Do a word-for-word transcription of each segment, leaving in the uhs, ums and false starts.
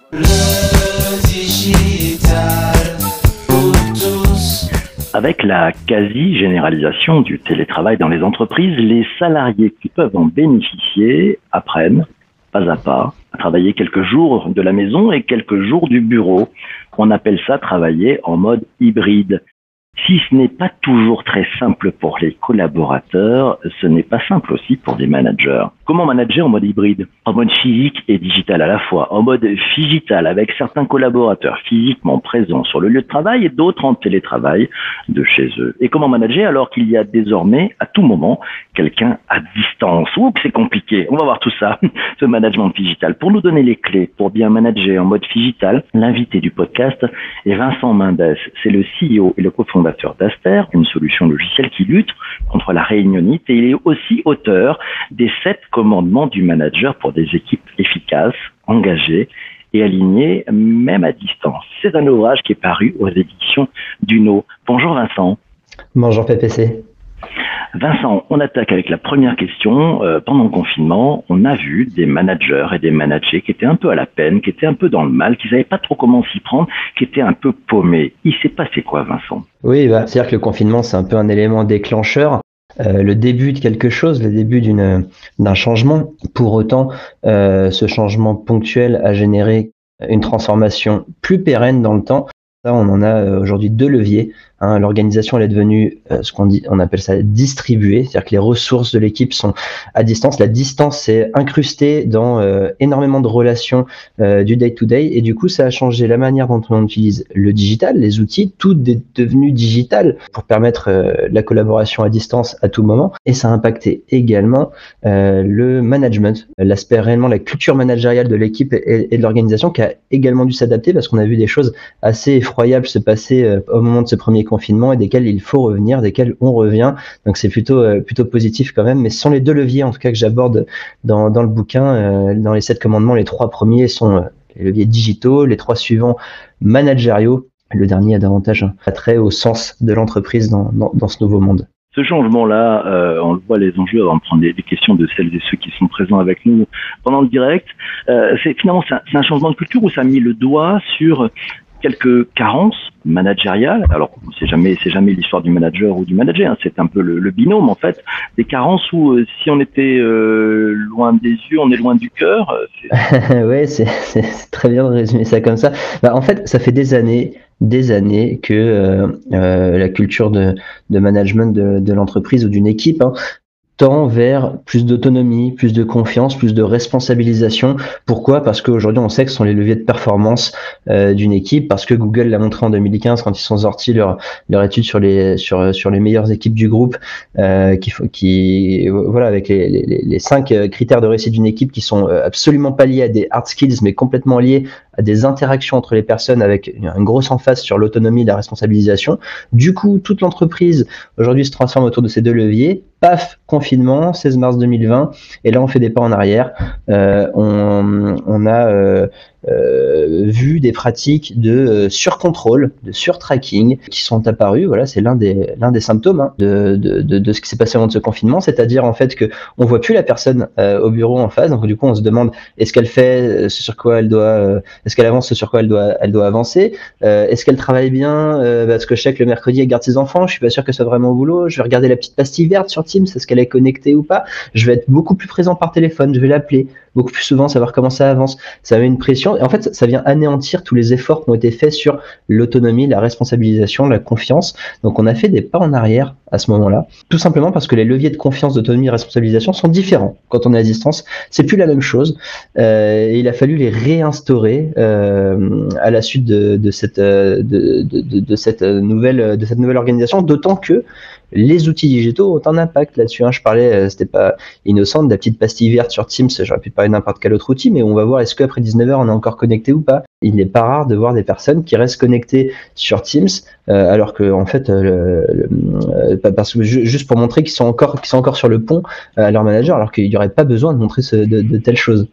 Le digital pour tous. Avec la quasi-généralisation du télétravail dans les entreprises, les salariés qui peuvent en bénéficier apprennent, pas à pas, à travailler quelques jours de la maison et quelques jours du bureau. On appelle ça travailler en mode hybride. Si ce n'est pas toujours très simple pour les collaborateurs, ce n'est pas simple aussi pour les managers. Comment manager en mode hybride? En mode physique et digital à la fois. En mode phygital avec certains collaborateurs physiquement présents sur le lieu de travail et d'autres en télétravail de chez eux. Et comment manager alors qu'il y a désormais à tout moment quelqu'un à distance? Ouh, c'est compliqué. On va voir tout ça, ce management digital. Pour nous donner les clés pour bien manager en mode phygital, l'invité du podcast est Vincent Mendes. C'est le C E O et le cofondateur d'Aster, une solution logicielle qui lutte contre la réunionnite, et il est aussi auteur des sept commandements du manager pour des équipes efficaces, engagées et alignées, même à distance. C'est un ouvrage qui est paru aux éditions Duno. Bonjour Vincent. Bonjour P P C. Vincent, on attaque avec la première question. Euh, pendant le confinement, on a vu des managers et des managers qui étaient un peu à la peine, qui étaient un peu dans le mal, qui ne savaient pas trop comment s'y prendre, qui étaient un peu paumés. Il s'est passé quoi, Vincent? Oui, bah, c'est-à-dire que le confinement, c'est un peu un élément déclencheur, euh, le début de quelque chose, le début d'une, d'un changement. Pour autant, euh, ce changement ponctuel a généré une transformation plus pérenne dans le temps. Là, on en a aujourd'hui deux leviers. Hein, l'organisation elle est devenue euh, ce qu'on dit, on appelle ça distribuée, c'est-à-dire que les ressources de l'équipe sont à distance. La distance c'est incrusté dans euh, énormément de relations euh, du day-to-day, et du coup ça a changé la manière dont on utilise le digital, les outils, tout est devenu digital pour permettre euh, la collaboration à distance à tout moment, et ça a impacté également euh, le management, l'aspect réellement, la culture managériale de l'équipe et, et de l'organisation qui a également dû s'adapter, parce qu'on a vu des choses assez effroyables se passer euh, au moment de ce premier confinement et desquels il faut revenir, desquels on revient. Donc c'est plutôt euh, plutôt positif quand même. Mais ce sont les deux leviers en tout cas que j'aborde dans dans le bouquin. Euh, dans les sept commandements, les trois premiers sont euh, les leviers digitaux, les trois suivants managériaux. Le dernier a davantage un attrait au sens de l'entreprise dans dans, dans ce nouveau monde. Ce changement-là, euh, on le voit les enjeux, on va prendre des, des questions de celles et ceux qui sont présents avec nous pendant le direct. Euh, c'est finalement c'est un, c'est un changement de culture où ça a mis le doigt sur quelques carences managériales. Alors, c'est jamais, c'est jamais l'histoire du manager ou du manager, hein, c'est un peu le, le binôme, en fait. Des carences où, euh, si on était euh, loin des yeux, on est loin du cœur. Ouais, c'est, c'est, c'est très bien de résumer ça comme ça. Bah, en fait, ça fait des années, des années que euh, euh, la culture de, de management de, de l'entreprise ou d'une équipe, hein, tend vers plus d'autonomie, plus de confiance, plus de responsabilisation. Pourquoi? Parce qu'aujourd'hui, on sait que ce sont les leviers de performance euh, d'une équipe, parce que Google l'a montré en deux mille quinze quand ils sont sortis leur leur étude sur les sur sur les meilleures équipes du groupe, euh, qui qui voilà avec les les les cinq critères de réussite d'une équipe qui sont absolument pas liés à des hard skills, mais complètement liés à des interactions entre les personnes, avec une grosse emphase sur l'autonomie et la responsabilisation. Du coup, toute l'entreprise aujourd'hui se transforme autour de ces deux leviers. Paf, confinement, seize mars deux mille vingt, et là on fait des pas en arrière. Euh, on, on a euh, euh, vu des pratiques de euh, surcontrôle, de surtracking qui sont apparues. Voilà, c'est l'un des l'un des symptômes hein, de, de, de de ce qui s'est passé avant de ce confinement, c'est-à-dire en fait que on voit plus la personne euh, au bureau en face. Donc du coup on se demande est-ce qu'elle fait ce sur quoi elle doit, euh, est-ce qu'elle avance ce sur quoi elle doit elle doit avancer, euh, est-ce qu'elle travaille bien, euh, parce que je sais que le mercredi elle garde ses enfants, je suis pas sûr qu'elle soit vraiment au boulot. Je vais regarder la petite pastille verte sur Teams, est-ce qu'elle est connectée ou pas. Je vais être beaucoup plus présent par téléphone, je vais l'appeler beaucoup plus souvent, savoir comment ça avance. Ça met une pression, et en fait ça, ça vient anéantir tous les efforts qui ont été faits sur l'autonomie, la responsabilisation, la confiance. Donc on a fait des pas en arrière à ce moment-là, tout simplement parce que les leviers de confiance, d'autonomie et responsabilisation sont différents quand on est à distance. C'est plus la même chose, euh, et il a fallu les réinstaurer euh, à la suite de, de cette de, de, de, de cette nouvelle de cette nouvelle organisation, d'autant que les outils digitaux ont un impact là-dessus. Hein. Je parlais, euh, c'était pas innocent, de la petite pastille verte sur Teams, j'aurais pu parler de n'importe quel autre outil, mais on va voir est-ce qu'après dix-neuf heures on est encore connecté ou pas. Il n'est pas rare de voir des personnes qui restent connectées sur Teams, euh, alors que en fait, euh, le, euh, parce que juste pour montrer qu'ils sont encore, qu'ils sont encore sur le pont euh, à leur manager, alors qu'il n'y aurait pas besoin de montrer ce, de, de telles choses.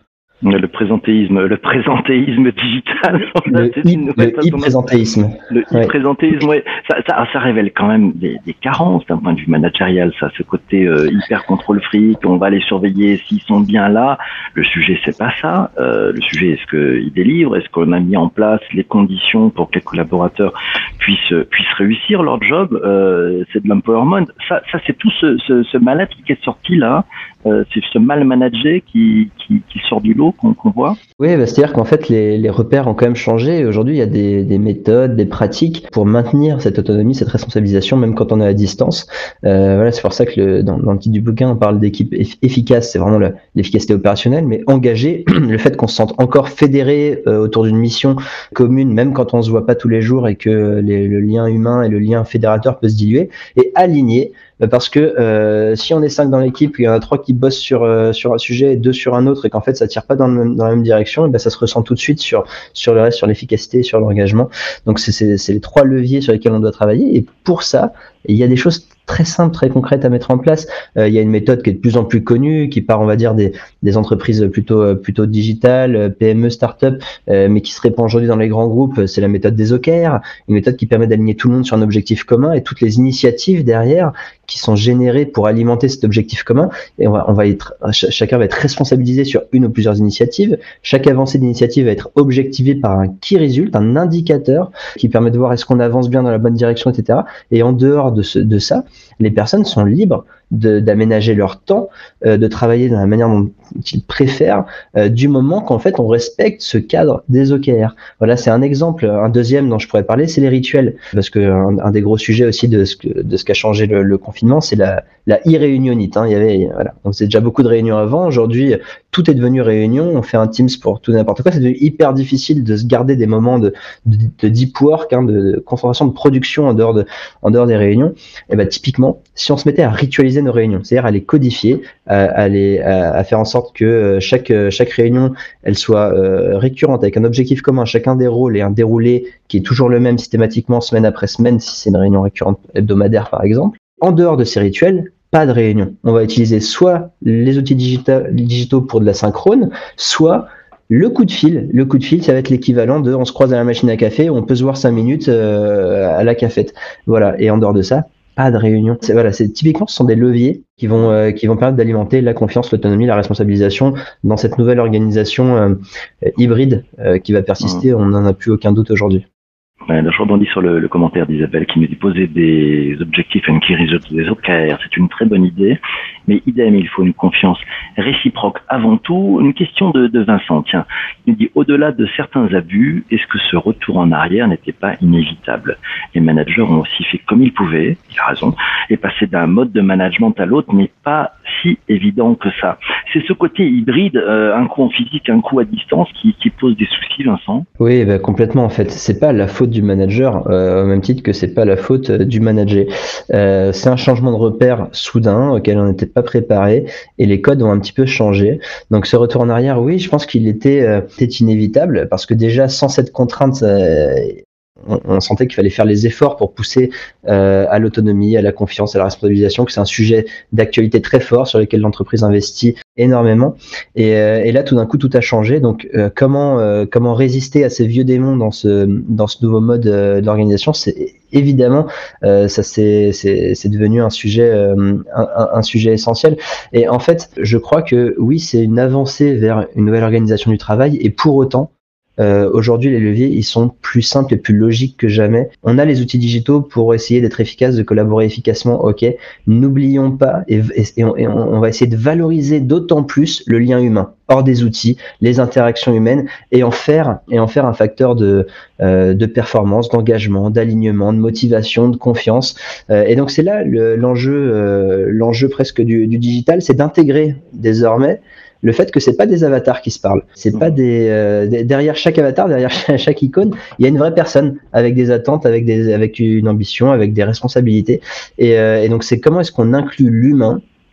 Le présentéisme, le présentéisme digital. Le e-présentéisme. Le e-présentéisme, ouais. Ça, ça, ça révèle quand même des, des carences d'un point de vue managérial, ça. Ce côté euh, hyper contrôle fric, on va les surveiller s'ils sont bien là. Le sujet, c'est pas ça. Euh, le sujet, est-ce qu'ils délivrent? Est-ce qu'on a mis en place les conditions pour que les collaborateurs puissent puissent réussir leur job? euh, C'est de l'empowerment. Ça, ça c'est tout ce, ce, ce mal-être qui est sorti là. Euh, c'est ce mal managé qui, qui, qui sort du lot qu'on qu'on voit. Oui, bah, c'est-à-dire qu'en fait, les, les repères ont quand même changé. Aujourd'hui, il y a des, des méthodes, des pratiques pour maintenir cette autonomie, cette responsabilisation, même quand on est à distance. Euh, voilà, c'est pour ça que le, dans, dans le titre du bouquin, on parle d'équipe eff- efficace. C'est vraiment la- l'efficacité opérationnelle, mais engagée. Le fait qu'on se sente encore fédéré euh, autour d'une mission commune, même quand on se voit pas tous les jours et que les, le lien humain et le lien fédérateur peut se diluer, et aligné. Parce que euh, si on est cinq dans l'équipe, il y en a trois qui bossent sur euh, sur un sujet et deux sur un autre, et qu'en fait ça tire pas dans, le même, dans la même direction, et ben ça se ressent tout de suite sur sur le reste, sur l'efficacité, sur l'engagement. Donc c'est c'est c'est les trois leviers sur lesquels on doit travailler. Et pour ça, il y a des choses très simples, très concrètes à mettre en place. Euh, il y a une méthode qui est de plus en plus connue, qui part, on va dire, des, des entreprises plutôt plutôt digitales, P M E, start-up, euh, mais qui se répand aujourd'hui dans les grands groupes. C'est la méthode des O K R, une méthode qui permet d'aligner tout le monde sur un objectif commun et toutes les initiatives derrière qui sont générées pour alimenter cet objectif commun. Et on va, on va être, chacun va être responsabilisé sur une ou plusieurs initiatives. Chaque avancée d'initiative va être objectivée par un key result, un indicateur qui permet de voir est-ce qu'on avance bien dans la bonne direction, et cetera. Et en dehors de, ce, de ça, les personnes sont libres de, d'aménager leur temps, euh, de travailler de la manière dont ils préfèrent, euh, du moment qu'en fait on respecte ce cadre des O K R. Voilà, c'est un exemple. Un deuxième dont je pourrais parler, c'est les rituels, parce que un, un des gros sujets aussi de ce que, de ce qu'a changé le, le confinement, c'est la, la e-réunionite. Hein. Il y avait, voilà, on faisait déjà beaucoup de réunions avant. Aujourd'hui, tout est devenu réunion. On fait un Teams pour tout n'importe quoi. C'est devenu hyper difficile de se garder des moments de, de, de deep work, hein, de, de concentration, de production en dehors de, en dehors des réunions. Et ben typiquement, si on se mettait à ritualiser nos réunions, c'est-à-dire à les codifier, à, à, les, à, à faire en sorte que chaque, chaque réunion, elle soit euh, récurrente avec un objectif commun, chacun des rôles et un déroulé qui est toujours le même systématiquement semaine après semaine, si c'est une réunion récurrente hebdomadaire par exemple. En dehors de ces rituels, pas de réunion. On va utiliser soit les outils digita- digitaux pour de la synchrone, soit le coup de fil. Le coup de fil, ça va être l'équivalent de on se croise à la machine à café, on peut se voir cinq minutes euh, à la cafette. Voilà. Et en dehors de ça, pas de réunion. C'est, voilà, c'est typiquement ce sont des leviers qui vont euh, qui vont permettre d'alimenter la confiance, l'autonomie, la responsabilisation dans cette nouvelle organisation euh, hybride euh, qui va persister. On n'en a plus aucun doute aujourd'hui. Ouais, là, je rebondis sur le, le commentaire d'Isabelle qui nous dit poser des objectifs and key results des O K R. C'est une très bonne idée, mais idem, il faut une confiance réciproque avant tout. Une question de, de Vincent, tiens, il nous dit au-delà de certains abus, est-ce que ce retour en arrière n'était pas inévitable? Les managers ont aussi fait comme ils pouvaient, il a raison, et passer d'un mode de management à l'autre n'est pas si évident que ça. C'est ce côté hybride, euh, un coup en physique, un coup à distance, qui, qui pose des soucis, Vincent. Oui, bah, complètement en fait. C'est pas la faute du manager, euh, au même titre que c'est pas la faute euh, du manager. Euh, c'est un changement de repère soudain auquel on n'était pas préparé et les codes ont un petit peu changé. Donc ce retour en arrière, oui, je pense qu'il était, euh, était inévitable parce que déjà sans cette contrainte, euh, on, on sentait qu'il fallait faire les efforts pour pousser euh, à l'autonomie, à la confiance, à la responsabilisation, que c'est un sujet d'actualité très fort sur lequel l'entreprise investit énormément. Et, euh, et là, tout d'un coup, tout a changé. Donc, euh, comment euh, comment résister à ces vieux démons dans ce dans ce nouveau mode euh, d'organisation? C'est évidemment, euh, ça c'est c'est c'est devenu un sujet euh, un, un sujet essentiel. Et en fait, je crois que oui, c'est une avancée vers une nouvelle organisation du travail. Et pour autant, Euh, aujourd'hui, les leviers, ils sont plus simples et plus logiques que jamais. On a les outils digitaux pour essayer d'être efficace, de collaborer efficacement, ok. N'oublions pas, et, et, et, on, et on va essayer de valoriser d'autant plus le lien humain, hors des outils, les interactions humaines, et en faire, et en faire un facteur de, euh, de performance, d'engagement, d'alignement, de motivation, de confiance. Euh, et donc, c'est là le, l'enjeu, euh, l'enjeu presque du, du digital, c'est d'intégrer désormais le fait que c'est pas des avatars qui se parlent, c'est pas des, euh, des derrière chaque avatar, derrière chaque, chaque icône, il y a une vraie personne avec des attentes, avec des, avec une ambition, avec des responsabilités. Et, euh, et donc c'est comment est-ce qu'on inclut l'humain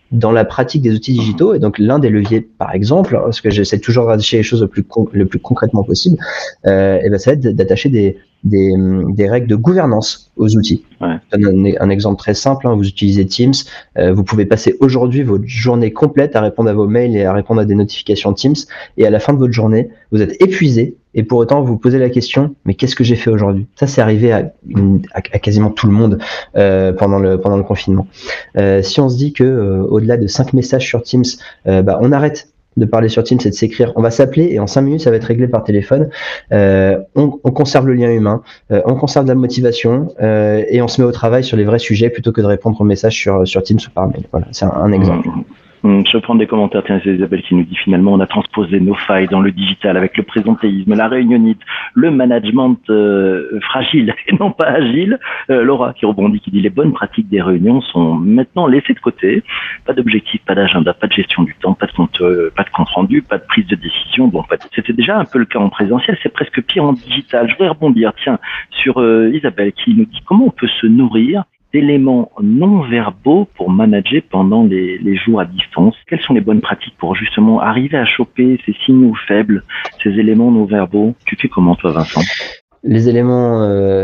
dans la pratique des outils digitaux. Et donc l'un des leviers, par exemple, parce que j'essaie toujours d'attacher les choses le plus, con- le plus concrètement possible, euh, et ben ça va être d'attacher des, des, des règles de gouvernance aux outils. Ouais. Je donne un, un exemple très simple, hein, vous utilisez Teams, euh, vous pouvez passer aujourd'hui votre journée complète à répondre à vos mails et à répondre à des notifications Teams, et à la fin de votre journée, vous êtes épuisé, et pour autant vous vous posez la question, mais qu'est-ce que j'ai fait aujourd'hui? Ça, c'est arrivé à, une, à, à quasiment tout le monde euh, pendant, le, pendant le confinement. Euh, si on se dit que euh, au-delà de cinq messages sur Teams, euh, bah, on arrête de parler sur Teams et de s'écrire, on va s'appeler et en cinq minutes ça va être réglé par téléphone, euh, on, on conserve le lien humain, euh, on conserve la motivation euh, et on se met au travail sur les vrais sujets plutôt que de répondre aux messages sur, sur Teams ou par mail. Voilà, c'est un, un exemple. Mmh. Je vais prendre des commentaires. Tiens, c'est Isabelle qui nous dit finalement on a transposé nos failles dans le digital avec le présentéisme, la réunionite, le management euh, fragile et non pas agile. Euh, Laura qui rebondit, qui dit les bonnes pratiques des réunions sont maintenant laissées de côté. Pas d'objectif, pas d'agenda, pas de gestion du temps, pas de compte, euh, pas de compte rendu, pas de prise de décision. Bon, pas de... c'était déjà un peu le cas en présentiel, c'est presque pire en digital. Je voudrais rebondir, tiens, sur euh, Isabelle qui nous dit comment on peut se nourrir d'éléments non verbaux pour manager pendant les, les jours à distance. Quelles sont les bonnes pratiques pour justement arriver à choper ces signaux faibles, ces éléments non verbaux? Tu fais comment toi, Vincent? Les éléments,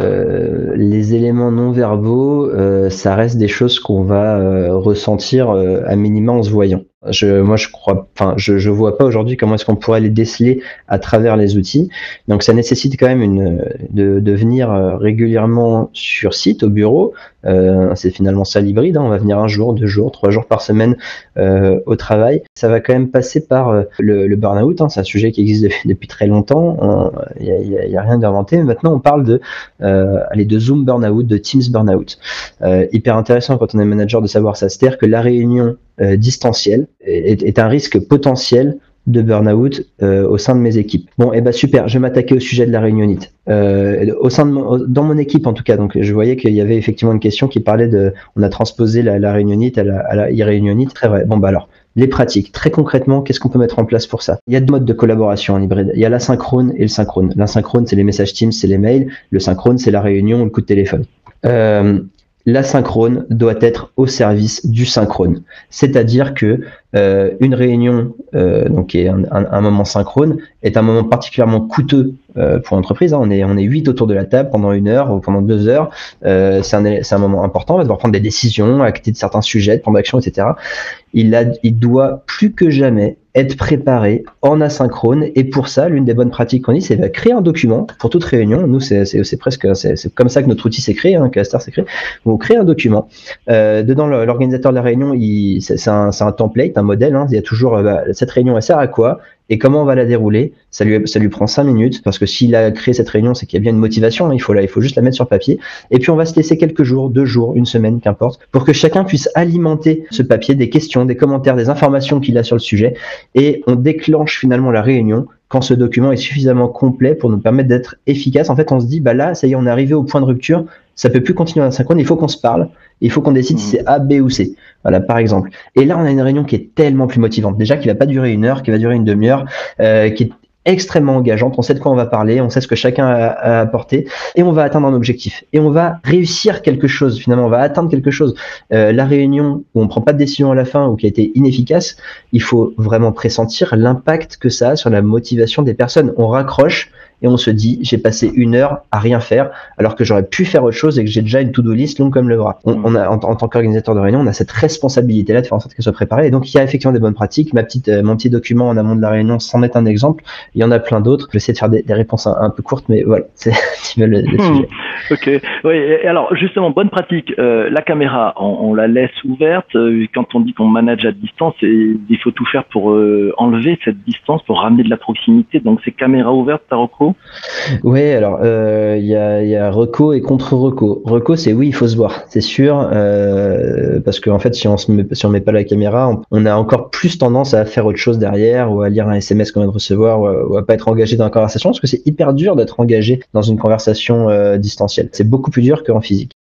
euh, les éléments non verbaux, euh, ça reste des choses qu'on va euh, ressentir euh, à minima en se voyant. Je, moi, je crois, enfin, je, je vois pas aujourd'hui comment est-ce qu'on pourrait les déceler à travers les outils. Donc, ça nécessite quand même une, de, de venir régulièrement sur site, au bureau. Euh, c'est finalement ça l'hybride. Hein. On va venir un jour, deux jours, trois jours par semaine euh, au travail. Ça va quand même passer par euh, le, le burn-out. Hein. C'est un sujet qui existe depuis, depuis très longtemps. Il y a, y a rien d'inventé. Mais maintenant, on parle de, euh, allez, de Zoom burn-out, de Teams burn-out. Euh, hyper intéressant quand on est manager de savoir ça. C'est-à-dire que la réunion euh, distancielle est, est un risque potentiel de burn-out euh, au sein de mes équipes. Bon, et eh ben super, je vais m'attaquer au sujet de la réunionite. Euh, au sein de mon, dans mon équipe en tout cas, donc je voyais qu'il y avait effectivement une question qui parlait de, on a transposé la, la réunionite à la, à la irréunionite, très vrai. Bon bah alors, les pratiques, très concrètement, qu'est-ce qu'on peut mettre en place pour ça? Il y a deux modes de collaboration en hybride. Il y a l'asynchrone et le synchrone. L'asynchrone, c'est les messages Teams, c'est les mails. Le synchrone, c'est la réunion ou le coup de téléphone. Euh, L'asynchrone doit être au service du synchrone. C'est-à-dire que euh, une réunion, euh, donc qui est un, un, un moment synchrone, est un moment particulièrement coûteux euh, pour l'entreprise. Hein. On est on est huit autour de la table pendant une heure ou pendant deux heures. Euh, c'est un c'est un moment important. On va devoir prendre des décisions, acter de certains sujets, prendre action, et cetera. Il a il doit plus que jamais être préparé en asynchrone, et pour ça, l'une des bonnes pratiques qu'on dit, c'est de créer un document pour toute réunion. Nous, c'est, c'est, c'est presque, c'est, c'est comme ça que notre outil s'est créé, hein, que Astar s'est créé. On crée un document. Euh, dedans, l'organisateur de la réunion, il, c'est, c'est, un, c'est un template, un modèle. Hein, il y a toujours, bah, cette réunion, elle sert à quoi? Et comment on va la dérouler? Ça lui, ça lui prend cinq minutes, parce que s'il a créé cette réunion, c'est qu'il y a bien une motivation. Hein, il faut là, il faut juste la mettre sur papier. Et puis on va se laisser quelques jours, deux jours, une semaine, qu'importe, pour que chacun puisse alimenter ce papier, des questions, des commentaires, des informations qu'il a sur le sujet. Et on déclenche finalement la réunion quand ce document est suffisamment complet pour nous permettre d'être efficace. En fait, on se dit, bah là, ça y est, on est arrivé au point de rupture. Ça peut plus continuer en synchrone. Il faut qu'on se parle. Il faut qu'on décide mmh. si c'est A, B ou C. Voilà, par exemple. Et là, on a une réunion qui est tellement plus motivante. Déjà, qui va pas durer une heure, qui va durer une demi-heure, euh, qui est extrêmement engageante. On sait de quoi on va parler, on sait ce que chacun a, a apporté, et on va atteindre un objectif. Et on va réussir quelque chose. Finalement, on va atteindre quelque chose. Euh, la réunion où on prend pas de décision à la fin ou qui a été inefficace, il faut vraiment pressentir l'impact que ça a sur la motivation des personnes. On raccroche et on se dit, j'ai passé une heure à rien faire, alors que j'aurais pu faire autre chose et que j'ai déjà une to-do list longue comme le bras. On, on a, en, en tant qu'organisateur de réunion, on a cette responsabilité-là de faire en sorte qu'elle soit préparée. Et donc, il y a effectivement des bonnes pratiques. Ma petite, euh, mon petit document en amont de la réunion, c'en est un exemple. Il y en a plein d'autres. Je vais essayer de faire des, des réponses un, un peu courtes, mais voilà, c'est un petit peu le, le hmm. sujet. Ok. Oui. Et alors, justement, bonne pratique. Euh, la caméra, on, on la laisse ouverte. Euh, quand on dit qu'on manage à distance, et il faut tout faire pour euh, enlever cette distance, pour ramener de la proximité. Donc, c'est caméra ouverte, Taroko? Oui, alors il euh, y, a, y a reco et contre-reco. Reco, c'est oui, il faut se voir, c'est sûr, euh, parce qu'en fait, si on se met, si on met pas la caméra, on, on a encore plus tendance à faire autre chose derrière, ou à lire un S M S qu'on vient de recevoir, ou à, ou à pas être engagé dans la conversation, parce que c'est hyper dur d'être engagé dans une conversation euh, distancielle. C'est beaucoup plus dur qu'en physique.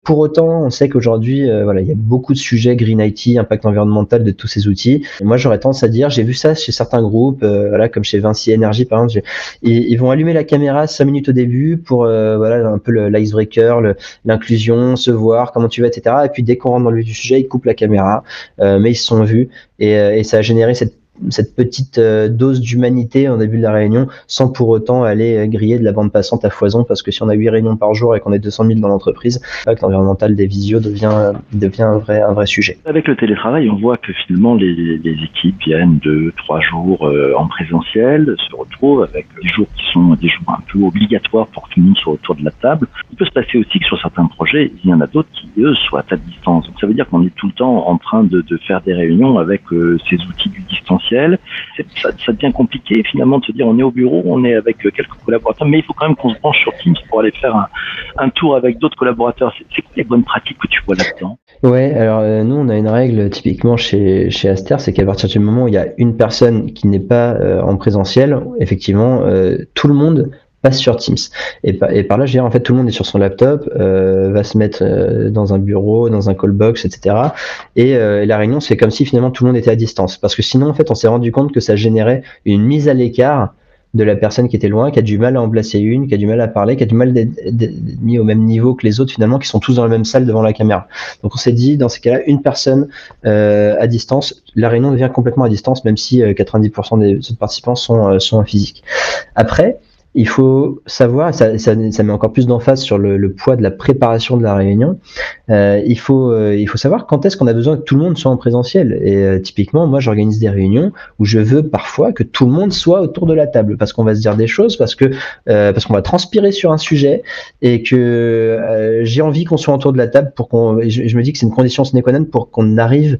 Pour autant, on sait qu'aujourd'hui, euh, voilà, il y a beaucoup de sujets Green I T, impact environnemental de tous ces outils. Et moi, j'aurais tendance à dire, j'ai vu ça chez certains groupes, euh, voilà, comme chez Vinci Énergie par exemple, ils, ils vont allumer la caméra cinq minutes au début pour euh, voilà un peu le, l'icebreaker, le, l'inclusion, se voir, comment tu vas, et cetera. Et puis dès qu'on rentre dans le vif du sujet, ils coupent la caméra, euh, mais ils se sont vus et, euh, et ça a généré cette cette petite euh, dose d'humanité en début de la réunion, sans pour autant aller euh, griller de la bande passante à foison, parce que si on a huit réunions par jour et qu'on est deux cent mille dans l'entreprise, l'environnemental des visios devient, devient un, vrai, un vrai sujet. Avec le télétravail, on voit que finalement les, les équipes viennent deux, trois jours euh, en présentiel, se retrouvent avec des jours qui sont des jours un peu obligatoires pour que tout le monde soit autour de la table. Il peut se passer aussi que sur certains projets, il y en a d'autres qui, eux, soient à distance. Donc ça veut dire qu'on est tout le temps en train de, de faire des réunions avec euh, ces outils du distanciel. C'est, ça, ça devient compliqué finalement de se dire on est au bureau, on est avec quelques collaborateurs, mais il faut quand même qu'on se branche sur Teams pour aller faire un, un tour avec d'autres collaborateurs. C'est, c'est quoi les bonnes pratiques que tu vois là-dedans? Ouais, alors euh, nous on a une règle typiquement chez chez Aster, c'est qu'à partir du moment où il y a une personne qui n'est pas euh, en présentiel, effectivement, euh, tout le monde passe sur Teams. Et par, et par là, je veux dire, en fait, tout le monde est sur son laptop, euh, va se mettre euh, dans un bureau, dans un call box, et cetera. Et, euh, et la réunion se fait comme si finalement tout le monde était à distance. Parce que sinon, en fait, on s'est rendu compte que ça générait une mise à l'écart de la personne qui était loin, qui a du mal à en placer une, qui a du mal à parler, qui a du mal d'être, d'être mis au même niveau que les autres finalement, qui sont tous dans la même salle devant la caméra. Donc on s'est dit, dans ces cas-là, une personne euh, à distance, la réunion devient complètement à distance, même si euh, quatre-vingt-dix pour cent des autres participants sont, euh, sont en physique. Après, il faut savoir, ça, ça, ça met encore plus d'emphase sur le, le poids de la préparation de la réunion. Euh, il faut, euh, il faut savoir quand est-ce qu'on a besoin que tout le monde soit en présentiel. Et euh, typiquement, moi, j'organise des réunions où je veux parfois que tout le monde soit autour de la table, parce qu'on va se dire des choses, parce que euh, parce qu'on va transpirer sur un sujet, et que euh, j'ai envie qu'on soit autour de la table pour qu'on. Je, je me dis que c'est une condition sine qua non pour qu'on arrive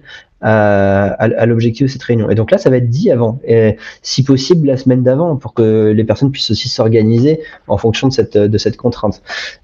À, à, à l'objectif de cette réunion. Et donc là, ça va être dit avant, et si possible la semaine d'avant, pour que les personnes puissent aussi s'organiser en fonction de cette, de cette contrainte.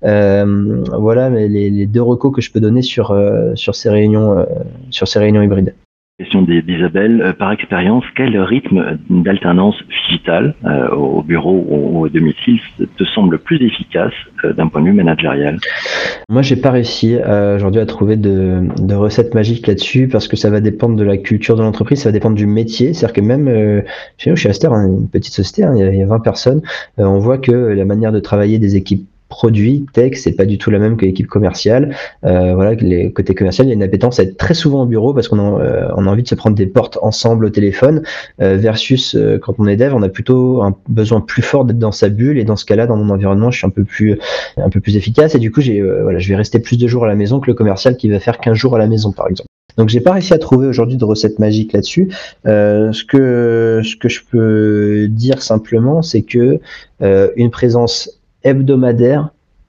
Euh, voilà les, les deux recos que je peux donner sur, euh, sur, ces, réunions, euh, sur ces réunions hybrides. Question d'Isabelle, euh, par expérience, quel rythme d'alternance digitale euh, au bureau ou au domicile te semble plus efficace euh, d'un point de vue managérial? Moi, j'ai pas réussi euh, aujourd'hui à trouver de, de recettes magiques là-dessus, parce que ça va dépendre de la culture de l'entreprise, ça va dépendre du métier. C'est-à-dire que même euh, chez nous, chez Aster, hein, une petite société, hein, il, y a, il y a vingt personnes, euh, on voit que la manière de travailler des équipes produit, tech, c'est pas du tout la même que l'équipe commerciale. Euh, voilà, les côtés commercial, il y a une appétence à être très souvent au bureau parce qu'on a, euh, on a envie de se prendre des portes ensemble au téléphone, euh, versus euh, quand on est dev, on a plutôt un besoin plus fort d'être dans sa bulle, et dans ce cas-là, dans mon environnement, je suis un peu plus, un peu plus efficace, et du coup, j'ai, euh, voilà, je vais rester plus de jours à la maison que le commercial qui va faire quinze jours à la maison, par exemple. Donc j'ai pas réussi à trouver aujourd'hui de recette magique là-dessus. Euh, ce que ce que je peux dire simplement, c'est que euh, une présence hebdomadaire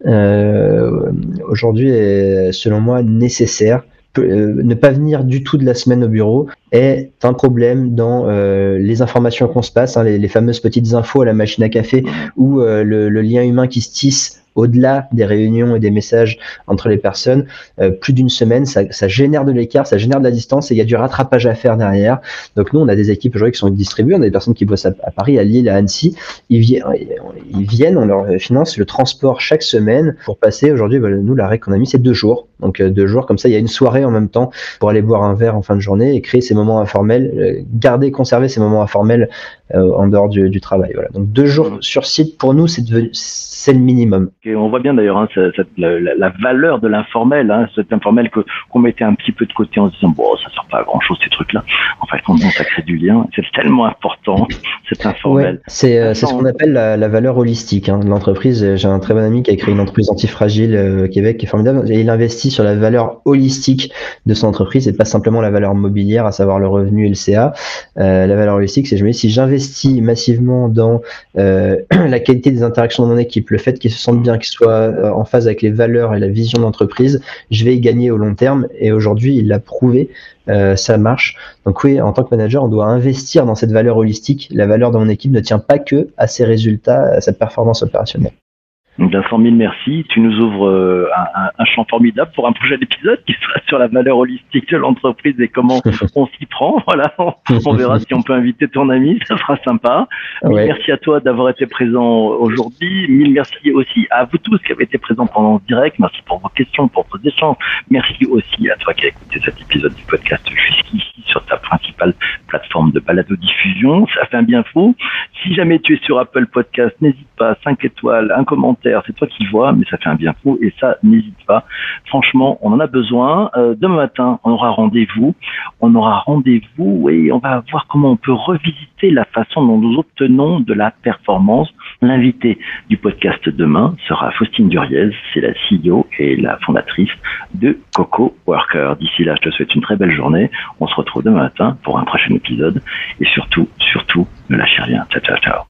euh, aujourd'hui est selon moi nécessaire. Euh, ne pas venir du tout de la semaine au bureau est un problème dans euh, les informations qu'on se passe, hein, les, les fameuses petites infos à la machine à café, ou euh, le, le lien humain qui se tisse au-delà des réunions et des messages entre les personnes. Euh, plus d'une semaine, ça, ça génère de l'écart, ça génère de la distance, et il y a du rattrapage à faire derrière. Donc nous, on a des équipes aujourd'hui qui sont distribuées, on a des personnes qui bossent à, à Paris, à Lille, à Annecy. Ils viennent, ils viennent, on leur finance le transport chaque semaine pour passer. Aujourd'hui, bah, nous, la règle qu'on a mis, c'est deux jours. Donc euh, deux jours, comme ça, il y a une soirée en même temps pour aller boire un verre en fin de journée et créer ces moments informels, euh, garder, conserver ces moments informels euh, en dehors du, du travail. Voilà. Donc deux jours sur site, pour nous, c'est devenu, c'est le minimum. Et on voit bien d'ailleurs hein, cette, la, la valeur de l'informel, hein, cet informel que qu'on mettait un petit peu de côté en se disant bon, ça sert pas à grand chose ces trucs-là. En fait, quand ça crée du lien, c'est tellement important cet informel. Ouais, c'est euh, c'est ce qu'on appelle la, la valeur holistique hein, de l'entreprise. J'ai un très bon ami qui a créé une entreprise antifragile euh, au Québec, qui est formidable, et il investit sur la valeur holistique de son entreprise, et pas simplement la valeur mobilière, à savoir le revenu et le C A. Euh, la valeur holistique, c'est je me dis si j'investis massivement dans euh, la qualité des interactions de mon équipe, le fait qu'ils se sentent bien, qu'ils soient en phase avec les valeurs et la vision de l'entreprise, je vais y gagner au long terme. Et aujourd'hui, il l'a prouvé, euh, ça marche. Donc oui, en tant que manager, on doit investir dans cette valeur holistique. La valeur de mon équipe ne tient pas que à ses résultats, à sa performance opérationnelle. Bien, cent mille merci. Tu nous ouvres euh, un, un, un champ formidable pour un prochain épisode qui sera sur la valeur holistique de l'entreprise et comment on s'y prend. Voilà, on, on verra si on peut inviter ton ami, ça sera sympa. Mille Ouais. merci à toi d'avoir été présent aujourd'hui. Mille merci aussi à vous tous qui avez été présents pendant ce direct. Merci pour vos questions, pour vos échanges. Merci aussi à toi qui as écouté cet épisode du podcast jusqu'ici sur ta principale plateforme de balado-diffusion. Ça fait un bien fou. Si jamais tu es sur Apple Podcast, n'hésite pas, cinq étoiles, un commentaire, c'est toi qui vois, mais ça fait un bien fou et ça, n'hésite pas. Franchement, on en a besoin. Euh, demain matin, on aura rendez-vous. On aura rendez-vous et on va voir comment on peut revisiter la façon dont nous obtenons de la performance. L'invité du podcast demain sera Faustine Duriez, c'est la C E O et la fondatrice de Coco Worker. D'ici là, je te souhaite une très belle journée. On se retrouve demain matin pour un prochain épisode et surtout, surtout, ne lâchez rien. Ciao, ciao, ciao.